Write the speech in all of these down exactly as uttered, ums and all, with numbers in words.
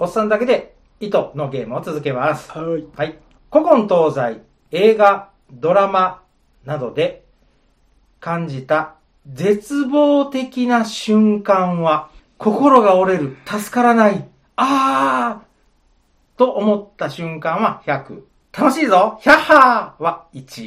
おっさんだけで糸のゲームを続けます。 はい。 はい。古今東西、映画、ドラマなどで感じた絶望的な瞬間は、心が折れる、助からない、あーと思った瞬間はひゃく。楽しいぞ、ヒャッハーはいち。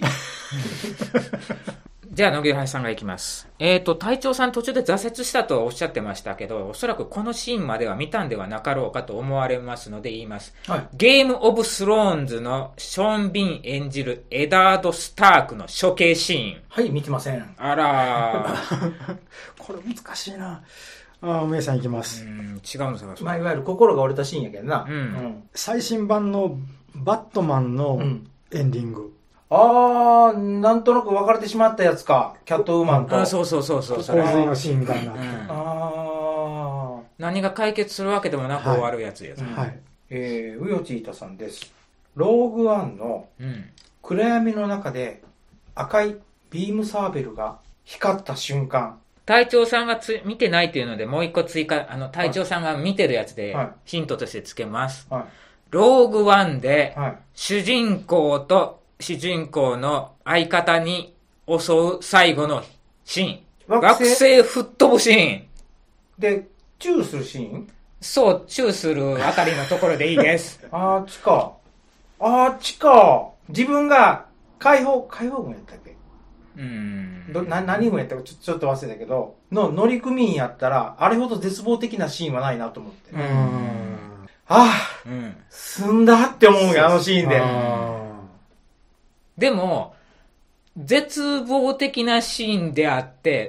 じゃあ、野木橋さんがいきます。えっと、隊長さん途中で挫折したとおっしゃってましたけど、おそらくこのシーンまでは見たんではなかろうかと思われますので言います。はい、ゲームオブスローンズのショーン・ビン演じるエダード・スタークの処刑シーン。 はい、見てません。 あらー。 これ難しいな。ああ、梅さんいきます。 うん、違うの探す。 まあ、いわゆる心が折れたシーンやけどな。 うん。うん、 最新版のバットマンのエンディング。うん、 あー、なんとなく別れてしまったやつか。キャットウーマンと。 あ、そうそうそうそう。 洪水のシーンみたいになって。うん、 あ何が解決するわけでもなく終わるやつやつ。 はい。はい、えー、ウヨチータさんです。ローグワンの暗闇の中で赤いビームサーベルが光った瞬間。 隊長さんがつ見てないっていうので、もう一個追加、あの、隊長さんが見てるやつでヒントとしてつけます。はいはい、ローグワンで主人公と主人公の相方に襲う最後のシーン。惑星、惑星吹っ飛ぶシーン。 で、チューするシーン？ そう、チューするあたりのところでいいです。 あーちか。あーちか。自分が解放、解放軍やったっけ？ うーん。 どな何軍やったかちょ、ちょっと忘れたけど、の乗組員やったら、あれほど絶望的なシーンはないなと思って。うーん。ああ、うん、済んだって思うよ、あのシーンで。 でも、絶望的なシーンであって、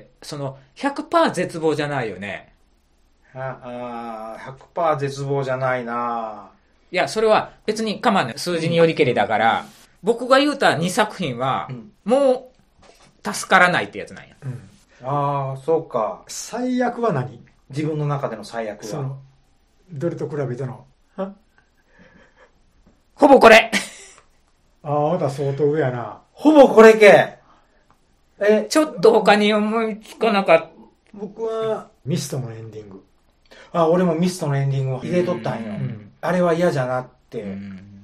その ひゃくパーセント 絶望じゃないよね。 ああ、ひゃくパーセント 絶望じゃないな。 いや、それは別にかまんない。数字によりけりだから、うん、僕が言うたにさく品は、うん、もう助からないってやつなんや。 うん、ああ、そうか。 最悪は何？ 自分の中での最悪は。 その、どれと比べての？ ほぼこれ。 ああ、まだ相当上やな。 ほぼこれけ。 え、ちょっと他に思いつかなかった。 僕は、ミストのエンディング。 あ、俺もミストのエンディングを入れとったんよ。うん、あれは嫌じゃなって。うん、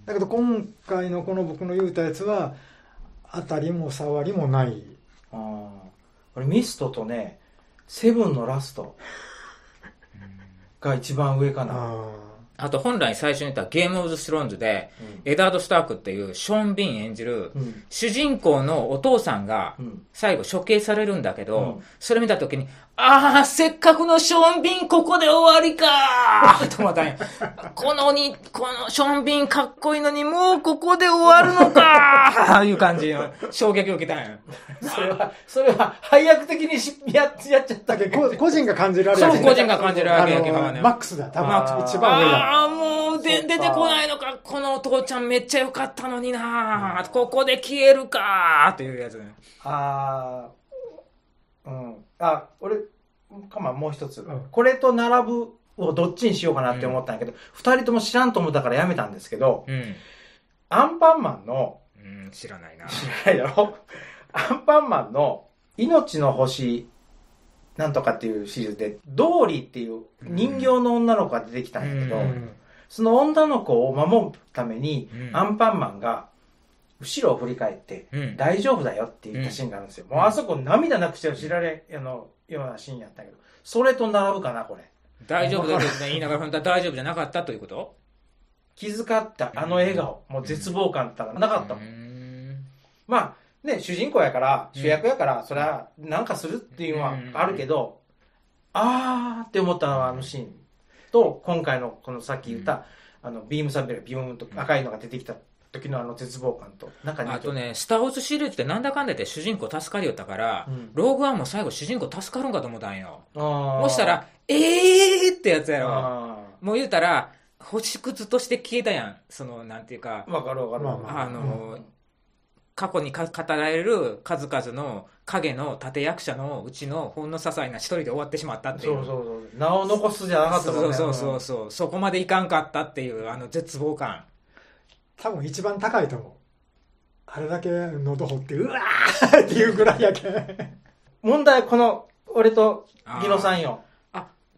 だけど今回のこの僕の言うたやつは、当たりも触りもない。 ああ。俺ミストとね、セブンのラストが一番上かな。ああと本来最初に言ったゲームオブスローンズで、うん、エダード・スタークっていうショーン・ビン演じる、うん、主人公のお父さんが最後処刑されるんだけど、うん、それ見た時に、ああ、せっかくのショーン・ビンここで終わりかーと思ったんや。このに、このショーン・ビンかっこいいのにもうここで終わるのかーいう感じの衝撃を受けたんや。 それは、それは配役的にしや, やっちゃったけど、 個人が感じられる。 そう、個人が感じられるわけからね。 マックスだ、多分一番上だ。 ああ、もうで出てこないのか、このお父ちゃんめっちゃ良かったのにな、うん、ここで消えるかーっていうやつね。 ああ、うん。あ、俺、かまもう一つ、うん。これと並ぶをどっちにしようかなって思ったんやけど、二、うん、人とも知らんと思ったからやめたんですけど、うん、アンパンマンの、 うん、知らないな。 知らないだろアンパンマンの命の星なんとかっていうシリーズで、ドーリーっていう人形の女の子が出てきたんやけど、うん、その女の子を守るために、うん、アンパンマンが後ろを振り返って、うん、大丈夫だよって言ったシーンがあるんですよ。うん、もうあそこ涙なくして知られあのようなシーンやったけど、それと並ぶかな、これ。 大丈夫だよって言いながら本当は大丈夫じゃなかったということ？ 気遣ったあの笑顔、もう絶望感ってなかったもん。うん、まあね、主人公やから、主役やから、それはなんかするっていうのはあるけど、あーって思ったのはあのシーンと、今回のこのさっき言った、あの、ビームサーベルがビューンと赤いのが出てきた時のあの絶望感と、なんかあとね、スターウォーズシリーズってなんだかんだで主人公助かりよったから、うん、ローグワンも最後主人公助かるんかと思ったんよ。そしたら、えーってやつやろ。もう言うたら、星屑として消えたやん。その、なんていうか。 わかるわかる。 あの、うん過去に語られる数々の影の立役者のうちのほんの些細な一人で終わってしまったっていう。 そうそうそう。名を残すじゃなかったもんね。 そうそうそう。そこまでいかんかったっていうあの絶望感。 多分一番高いと思う。あれだけ喉掘ってうわーっていうぐらいやけ。 問題はこの俺とギノさんよ。 あ、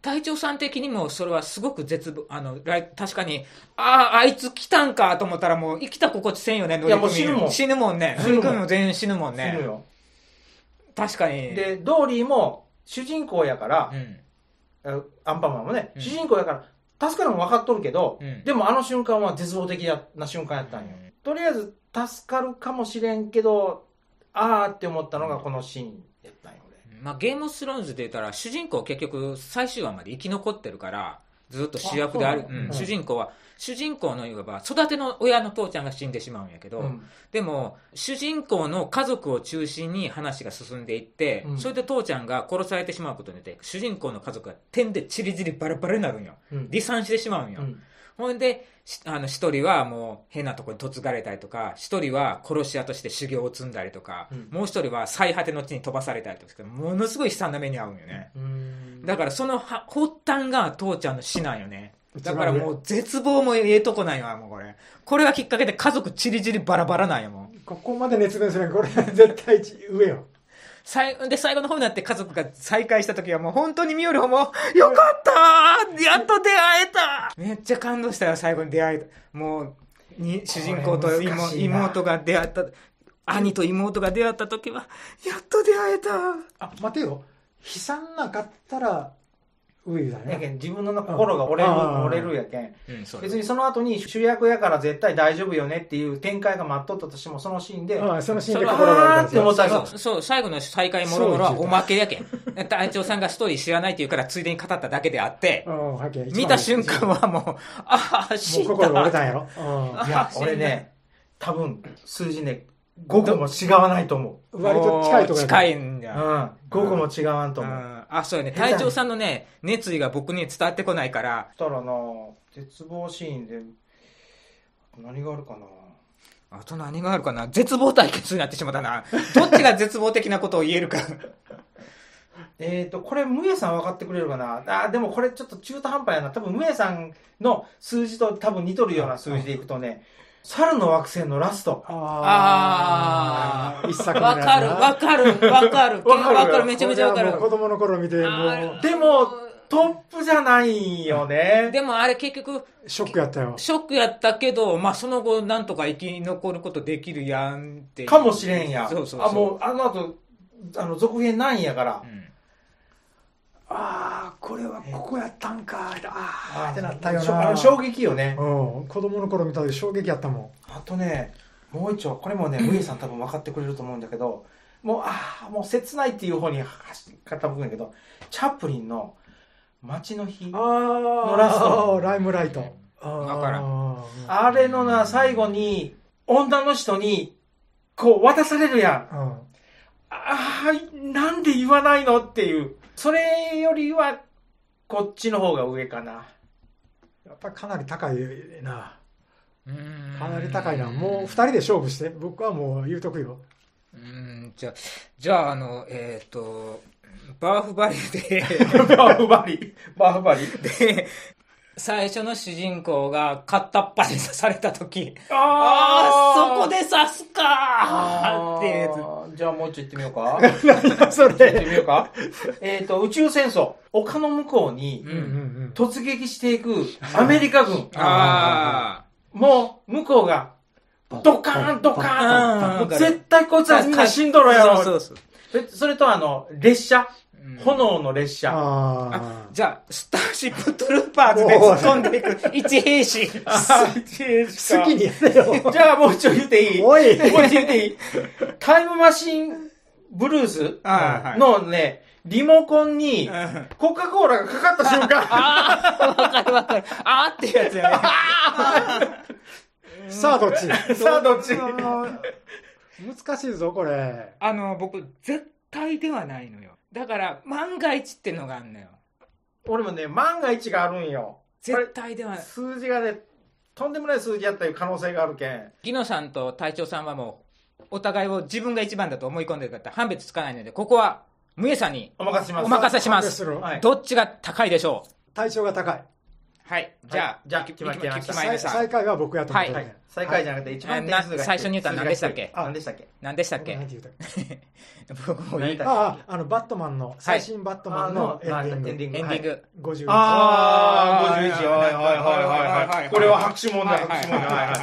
隊長さん的にもそれはすごく絶望、あの、確かに、ああ、あいつ来たんかと思ったらもう生きた心地せんよね、乗組。いやもう死ぬもん。 死ぬもんね。乗組も全員死ぬもんね。 死ぬよ。 確かに。 で、ドーリーも主人公やから、うん、アンパンマンもね、うん、主人公やから、助かるの分かっとるけど、うん、でもあの瞬間は絶望的な瞬間やったんよ。うん、とりあえず助かるかもしれんけど、あーって思ったのがこのシーンやったんよ。 まあ、ゲームオブスローンズで言ったら主人公結局最終話まで生き残ってるからずっと主役である、うん、主人公は主人公のいわば育ての親の父ちゃんが死んでしまうんやけど、うん、でも主人公の家族を中心に話が進んでいって、うん、それで父ちゃんが殺されてしまうことによって主人公の家族が点でチリチリバラバラになるんよ、うん、離散してしまうんよ、うん、ほんであの一人はもう変なところに嫁がれたりとか、一人は殺し屋として修行を積んだりとか、うん、もう一人は最果ての地に飛ばされたりとか、ものすごい悲惨な目に遭うんよね。だからその発端が父ちゃんの死なんよね。だからもう絶望もええとこなんよ、もうこれ。これがきっかけで家族チリチリバラバラなんよ、もう。 ここまで熱弁するのこれ絶対上よ。 最で最後の方になって家族が再会した時はもう本当にミオリホもよかったーやっと出会えためっちゃ感動したよ。最後に出会えたもうに主人公と 妹, 妹が出会った兄と妹が出会った時はやっと出会えた。 あ待てよ、悲惨なかったら上だね。 やけん自分の心が折れる、折れるやけん、うん、別にその後に主役やから絶対大丈夫よねっていう展開が待っとったとしてもそのシーンでああそのシーンで心が折れたって思ったらそうそう最後の再会もろもろはおまけやけん隊長さんがストーリー知らないっていうからついでに語っただけであって見た瞬間はもうああ死んだもう心折れたんやろ。 いや俺ね多分数字ねごこも違わないと思う。 割と近いところ近いんだ、 うん、ごこも違わんと思う、うん、 あそうやね隊長さんのね熱意が僕に伝わってこないからしたらな絶望シーンで何があるかなあと何があるかな絶望対決になってしまったなどっちが絶望的なことを言えるかえっとこれムエさん分かってくれるかなあでもこれちょっと中途半端やな多分ムエさんの数字と多分似とるような数字でいくとね猿の惑星のラスト。 ああ。一作目のやつな。わかる、わかる、わかる。わかる、めちゃめちゃわかる。 子供の頃見て、もう。でも、トップじゃないよね。 でもあれ結局、 ショックやったよ。 ショックやったけど、まあその後なんとか生き残ることできるやんって。 かもしれんや。 そうそうそう。 あ、もう、あの後、あの、続編ないんやから。うんああこれはここやったんかああってなったよな。 衝撃よね、 うん、子供の頃見た時衝撃やったもん。 あとねもう一丁これもねムエさん多分分かってくれると思うんだけどもうああもう切ないっていう方に傾くんだけどチャップリンの街の日のラストライムライト分からんあれのな最後に女の人にこう渡されるやん、うん、ああなんで言わないのっていうそれよりはこっちの方が上かな。 やっぱりかなり高いな。うんかなり高いな。もうふたりで勝負して。僕はもう言うとくよ。 うんじゃあじゃああのえっ、ー、とバーフバリでバーフバリバーフバリで最初の主人公が片っ端に刺された時ああそこで刺すかってやつ。じゃあもうちょい行ってみようか何それ行ってみようかえっと宇宙戦争丘の向こうに突撃していくアメリカ軍あもう向こうがドカーンドカーン絶対こいつはみんな死んどろやろ。 そうそうそうそれとあの列車炎の列車。 ああじゃあ、スターシップトルーパーズで突っ込んでいく一兵士。 一兵士か。 好きにやれよ。 じゃあもう一応言っていいおい。 もう一応言っていいタイムマシンブルースのね、リモコンにコカ・コーラがかかった瞬間。 ああわかるわかる。あーってやつやね。 さあどっちさあどっち難しいぞ、これ。 あの、僕、絶対ではないのよ。だから万が一ってのがあんのよ。 俺もね万が一があるんよ。 絶対ではない。 数字がねとんでもない数字やったいう可能性があるけん。 ギノさんと隊長さんはもうお互いを自分が一番だと思い込んでるから判別つかないのでここはムエさんにお任せします。 お任せします。どっちが高いでしょう。 隊長が高い。 はい。じゃあ、 じゃあ、決まりました。 最下位は僕やと思ってる。 最下位じゃなくて一番点数が最初に言ったら何でしたっけ？ 何でしたっけ？ 何でしたっけ？ 何て言ったっけ？ 僕も言いたい。 ああ、あの、バットマンの、最新バットマンのエンディング。 エンディング。 エンディング。 ごじゅういち。 ああ、ごじゅういち。はいはいはいはいはい。これは拍手問題、拍手問題。はいはい。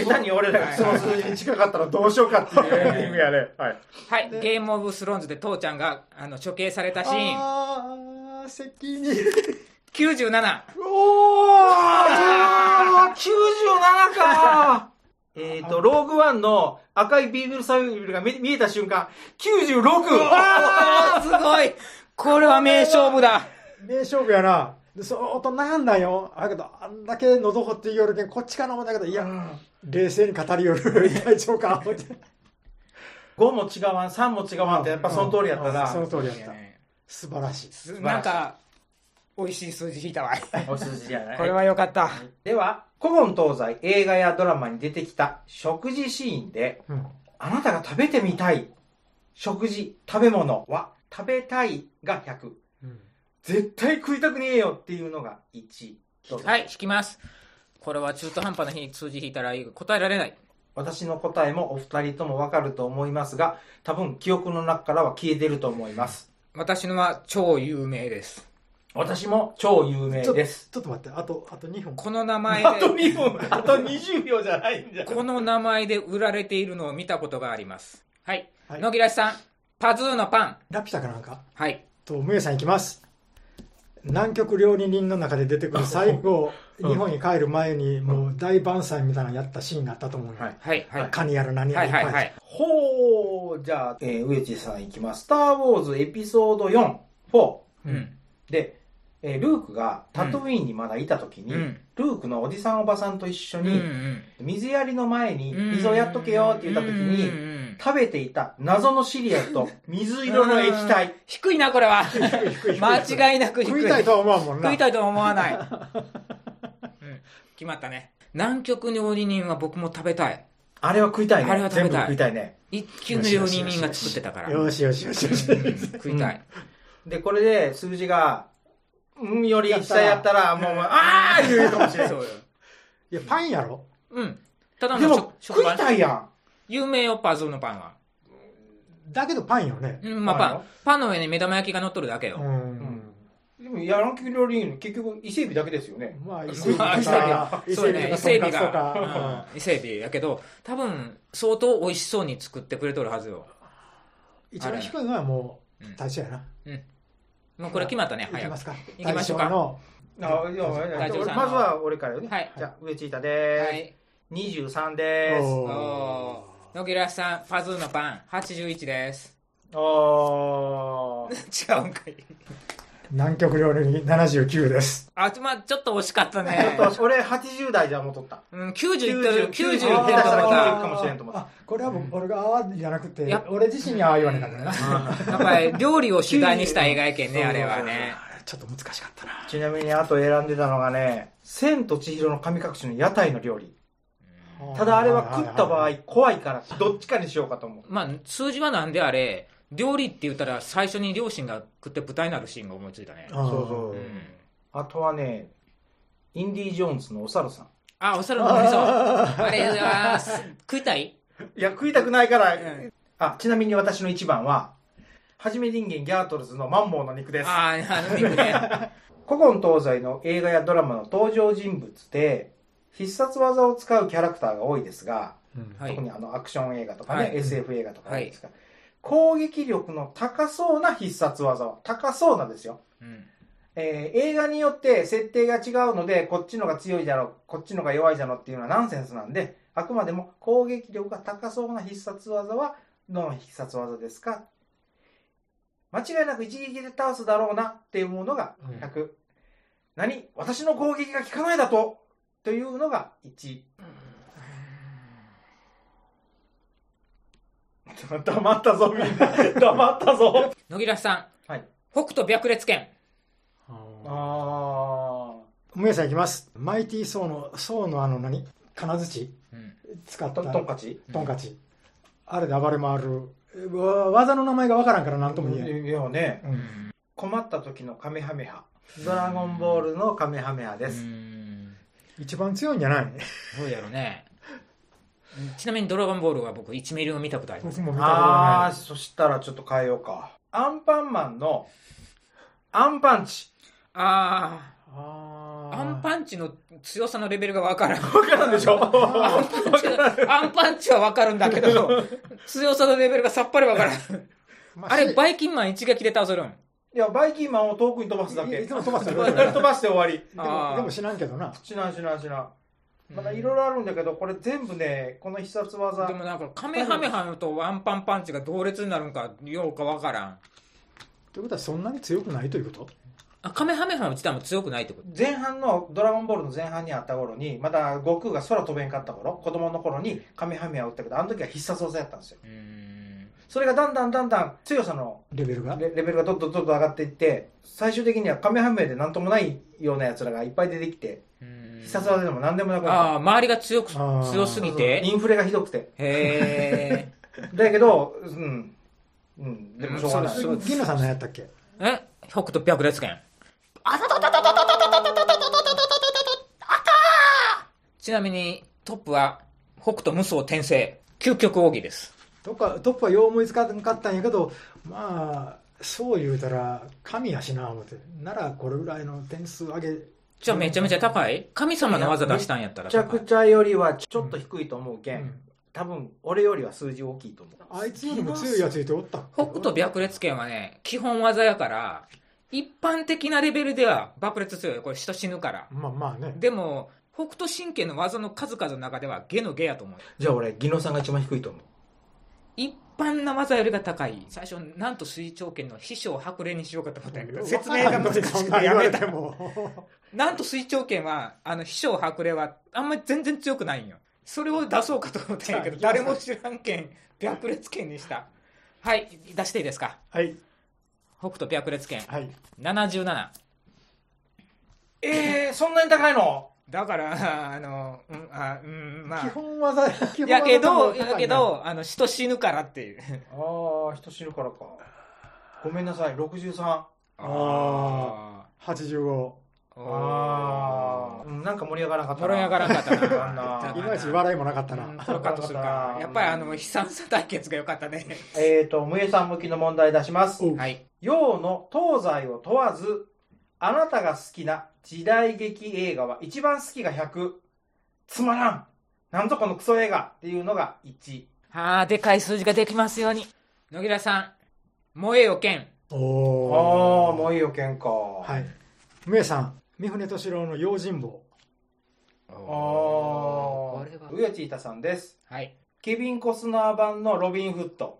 下手に俺らがその数字に近かったらどうしようかっていうエンディングやね。はい。 はい。ゲームオブスローンズで父ちゃんが、あの、処刑されたシーン。 ああ、責任。 きゅうじゅうなな。 おーきゅうじゅうななかえっと、ローグワンの赤いビーグルサイブルが見えた瞬間、きゅうじゅうろく! あーすごいこれは名勝負だ名勝負やな。相当悩んだよ。だけど、あんだけ喉掘って言うよるけん、こっちかな思ったけど、いや、冷静に語りよる隊長か。 ごも違わん、さんも違わんって、やっぱその通りやったな。 その通りやった。素晴らしい。 なんか、美味しい数字引いたわ。 お数字じゃない。 これは良かった。 では、古今東西映画やドラマに出てきた食事シーンで、うん、あなたが食べてみたい食事、食べ物は食べたいがひゃく、うん、絶対食いたくねえよっていうのがいち。 はい、引きます。これは中途半端な数字引いたら答えられない。 私の答えもお二人ともわかると思いますが、多分記憶の中からは消えてると思います。 私のは超有名です。 私も超有名です。 ちょっと待って、あと、あとにふん。 この名前で。 あとにふん、あとにじゅうびょうじゃないんじゃ。 この名前で売られているのを見たことがあります。はい。はい、野木らしさん、パズーのパン。 ラピュタかなんか。 はい。 と、むえさんいきます。南極料理人の中で出てくる最後、日本に帰る前にもう大晩餐みたいなのやったシーンがあったと思うよ。はい。 はい。はい。 カニやら何やらいっぱい。はいはいはい。 ほー、じゃあ、えー、植地さんいきます。スター・ウォーズエピソードよん、フォー。うん。で、えー、ルークがタトゥイーンにまだいた時に、うん、ルークのおじさんおばさんと一緒に、うんうん、水やりの前に水をやっとけよって言った時に、うんうん、食べていた謎のシリアルと水色の液体。 低いな、これは。間違いなく低い。 食いたいとは思わんもんな。 食いたいとは思わない。うん、決まったね。南極料理人は僕も食べたい。 あれは食いたいね。 あれは食べたい。 全部食いたいね。 一級の料理人が作ってたから。 よしよしよしよし。 食いたい。 で、これで数字が、うんより下やったら、もう、あー言うかもしれない。そうよ。 いや、パンやろ？ うん。ただのでも、食いたいやん。 有名よ、パズーのパンは。 だけどパンよね。 うん、まあパン。パンの上に目玉焼きが乗っとるだけよ。うん。 でも、やらんき料理人、結局、伊勢海老だけですよね。 まあ、伊勢海老か。 そうね、伊勢海老が。伊勢海老やけど、多分、相当美味しそうに作ってくれとるはずよ。 一番低いのはもう、大将やな。 うん。もうこれ決まったね、 早く。いきますか。 いきましょうか。 あ、いや、まずは俺からよね。はい。じゃあ、上ちいたでーす。はい。にじゅうさんでーす。 おー。野木らしさん、パズーのパン、はちじゅういちです。 おー。違うんかい。 南極料理にななじゅうきゅうです。 あ、まあちょっと惜しかったね。 ちょっと、俺はちじゅう代じゃもう取った。 うん、きゅうじゅういってる、きゅうじゅういってるかもしれんと思った。 あ、これは僕、俺があわじゃなくて、俺自身にああ言わねえかったな。 やっぱり、料理を主題にした映画やけんね、あれはね。 ちょっと難しかったな。 ちなみに、あと選んでたのがね、千と千尋の神隠しの屋台の料理。ただあれは食った場合、怖いから、どっちかにしようかと思う。 まあ、数字はなんであれ、料理って言ったら最初に両親が食って豚になるシーンが思いついたね。 そうそう、うん、あとはねインディ・ジョーンズのお猿さん。 あ、お猿の味噌。あれは食いたい？ いや食いたくないから、うん、あ、ちなみに私の一番ははじめ人間ギャートルズのマンボウの肉です。 ああ、あの肉ね。 古今東西の映画やドラマの登場人物で必殺技を使うキャラクターが多いですが、うんはい、特にあのアクション映画とかね、はい、エスエフ 映画とかですが、はい、攻撃力の高そうな必殺技は高そうなんですよ、うんえー、映画によって設定が違うのでこっちのが強いじゃろこっちのが弱いじゃろっていうのはナンセンスなんで、あくまでも攻撃力が高そうな必殺技はどの必殺技ですか、間違いなく一撃で倒すだろうなっていうものがひゃく、うん、何私の攻撃が効かないだとというのがいち、黙ったぞみんな黙ったぞ。 野木らしさん、はい、北斗白烈拳。 ああむやさんいきます。マイティーソーのソーのあの何金槌、うん、使ったトンカチトンカチ、うん、あれで暴れ回る技の名前がわからんから何とも言えん。 いやね、うん、困った時のカメハメハ、ドラゴンボールのカメハメハです。うん一番強いんじゃない？ どうやろうね。ちなみにドラゴンボールは僕いちミリも見たことあります。 僕も見たことない。 ああ、そしたらちょっと変えようか。アンパンマンのアンパンチ。 あああ、アンパンチの強さのレベルが分からん。 分からんでしょ？ アンパンチアンパンチは分かるんだけど、強さのレベルがさっぱり分からん。あれ、バイキンマン一撃で倒せるん？ いや、バイキンマンを遠くに飛ばすだけ。 いつも飛ばすだけ。 飛ばして終わり。 でも、でも知らんけどな。 知らん知らん知らん。まだいろいろあるんだけど、これ全部ね、この必殺技。 でもなんか、カメハメハとワンパンパンチが同列になるんか、ようか分からん。 ということは、そんなに強くないということ？ あ、カメハメハ自体も強くないってこと？ 前半の、ドラゴンボールの前半にあった頃に、まだ悟空が空飛べんかった頃、子供の頃にカメハメハ打ったけど、あの時は必殺技やったんですよ。それがだんだんだんだん強さのレベルがレレベルがどんどんどんどん上がっていって、最終的にはカメハメでなんともないような奴らがいっぱい出てきて、必殺技でも何でもなくなった。 ああ、周りが強く、強すぎて。 インフレがひどくて。 へえ。だけど、うん。うん。でもしょうがない。 銀野さん何やったっけ？ え北斗百裂拳。あたたたたたたたたたたたたたたちなみにトップは北斗無双転生究極奥義です。 トップは、トップはよう思いつかなかったんやけど、まあそう言うたら神やしな思って、ならこれぐらいの点数上げ、 じゃあめちゃめちゃ高い？神様の技出したんやったらめちゃくちゃよりはちょっと低いと思うけん、うん、多分俺よりは数字大きいと思う。 あいつよりも強いやついておった。 北斗百裂拳はね、基本技やから一般的なレベルでは爆裂強いよ。これ人死ぬから。 まあまあね。 でも北斗神拳の技の数々の中では下の下やと思う。 じゃあ俺技能さんが一番低いと思う。 一般な技よりが高い。最初なんと水長剣の飛翔白麗にしようかと思ったんやけど、説明が難しくてやめた。なんと水長剣はあの飛翔白麗はあんまり全然強くないんよ。それを出そうかと思ったんやけど、誰も知らん剣百裂剣にした。はい、出していいですか？ はい。 北斗百裂拳、 はい、 ななじゅうなな。 えー、そんなに高いの？ だからあの、うんあうんまあ、 基本技基本技やけどやけどあの人死ぬからっていう。 ああ、人死ぬからか。ごめんなさい、ろくじゅうさん。ああ、はちじゅうご。 ああ、うん、なんか盛り上がらなかったな。 盛り上がらなかったな。 いまいち笑いもなかったな。 うん、そうかとするか。やっぱりあの悲惨さ対決が良かったね。 えっと、むえさん向きの問題出します。 はい。 洋の東西を問わず、あなたが好きな時代劇映画は一番好きがひゃく、つまらん、なんぞこのクソ映画っていうのがいち。 はあ、でかい数字ができますように。野木良さん、燃えよ剣。 おー、あー、燃えよ剣か。 はい。むえさん、三船敏郎の用心棒。 あー、上地板さんです。 はい。 ケビン・コスナー版のロビン・フット。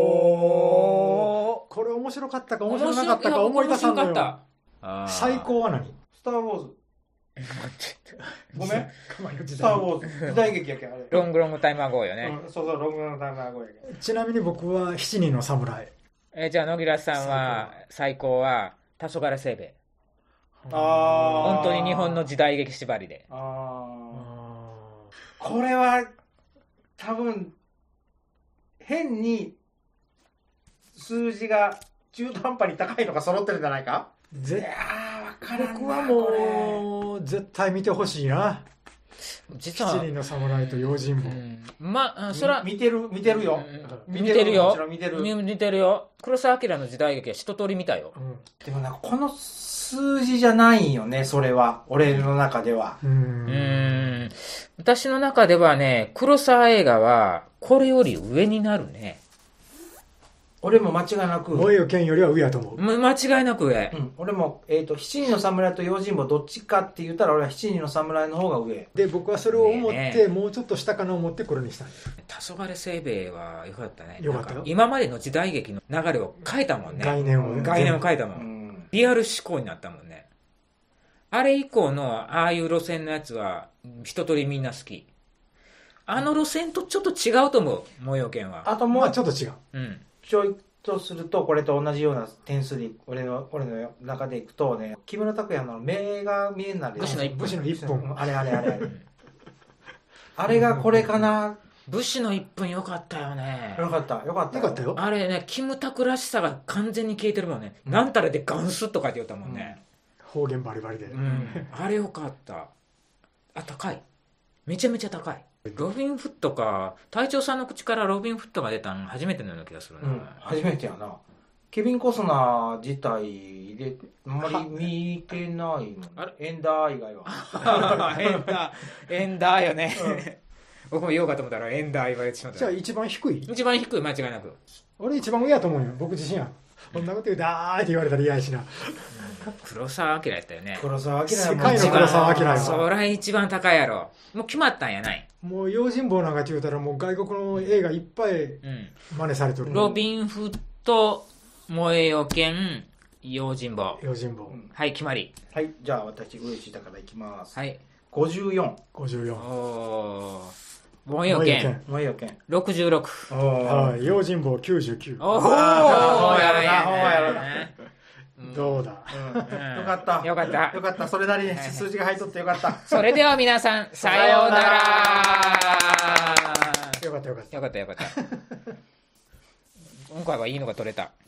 おー、これ面白かったか面白なかったか思い出さんのよ。最高は何？ スター・ウォーズ。ごめん。スター・ウォーズ。時代劇やけん、あれ。 ロングロングタイムアゴーよね。 うん、そうそう、ロングロングタイムアゴーやけん。 ちなみに僕は七人の侍。 えー、じゃあ野木良さんは最高は黄昏清兵衛。 あ本当に日本の時代劇縛りで。 あこれは多分変に数字が中途半端に高いのが揃ってるんじゃないか。 いやー分からんな。僕はもう絶対見てほしいな。実は七人の侍と用心棒、うん、 まあそれは見てる見てるよ、 うん、見てるよ見てる見てるよ。黒澤明の時代劇は一通り見たよ、 うん、でもなんかこの数字じゃないよね、それは俺の中では。うーん、私の中ではね、黒沢映画はこれより上になるね。 俺も間違いなく燃えよ剣よりは上やと思う。 間違いなく上、 うん、俺も、えーと、七人の侍と用心棒どっちかって言ったら俺は七人の侍の方が上で、僕はそれを思って、ね、もうちょっと下かな思ってこれにしたんです。 黄昏清兵衛は良かったね。 よかったよ。 今までの時代劇の流れを変えたもんね。 概念を概念を変えたもん、うん、リアル思考になったもんね。あれ以降のああいう路線のやつは一通りみんな好き。あの路線とちょっと違うと思う、燃えよ剣は。 あともう、 まあ、ちょっと違う、 うん、ちょいとするとこれと同じような点数で俺の俺の中でいくとね、木村拓哉の目が見えになる武士の一本、 武士の一本、 あれあれあれあれあれがこれかな。 武士の一分よかったよね。 よかったよかったよ, よかったよ。 あれね、キムタクらしさが完全に消えてるもんね、うん、なんたらでガンスとか言って言ったもんね、 うん、方言バリバリで、 うん、あれよかった。 あ、高い。めちゃめちゃ高い。ロビン・フットか、隊長さんの口からロビン・フットが出たの初めてのような気がするな。 うん、初めてやな。ケビン・コスナー自体であんまり見てないもん。あれエンダー以外は。 エンダー、エンダーよね。うん、僕も言おうかと思ったらエンダー言われてしまった。 じゃあ一番低い？ 一番低い、間違いなく。 俺一番上やと思うよ、僕自身は。こんなこと言うだーって言われたら嫌やしな。 黒澤明やったよね。 黒澤明やもん。世界の黒澤明や。 そりゃ一番高いやろ。もう決まったんやない。 もう用心棒なんかって言うたらもう外国の映画いっぱい真似されてる、うん、 ロビン・フット、燃えよ剣、用心棒。 用心棒、 うん、はい、決まり。 はい、じゃあ私上地だからいきます。 はい。 ごじゅうよん。 ごじゅうよん。 おー。燃えよ剣。 燃えよ剣。 ろくじゅうろく。 はい。用心棒きゅうじゅうきゅう。 おー、ほうやろな、ほうやろな。 どうだ、 うん、よかった。 よかった。 よかった。それなりに数字が入っとってよかった。 それでは皆さん、さようなら。 よかったよかった。 よかったよかった。今回はいいのが取れた。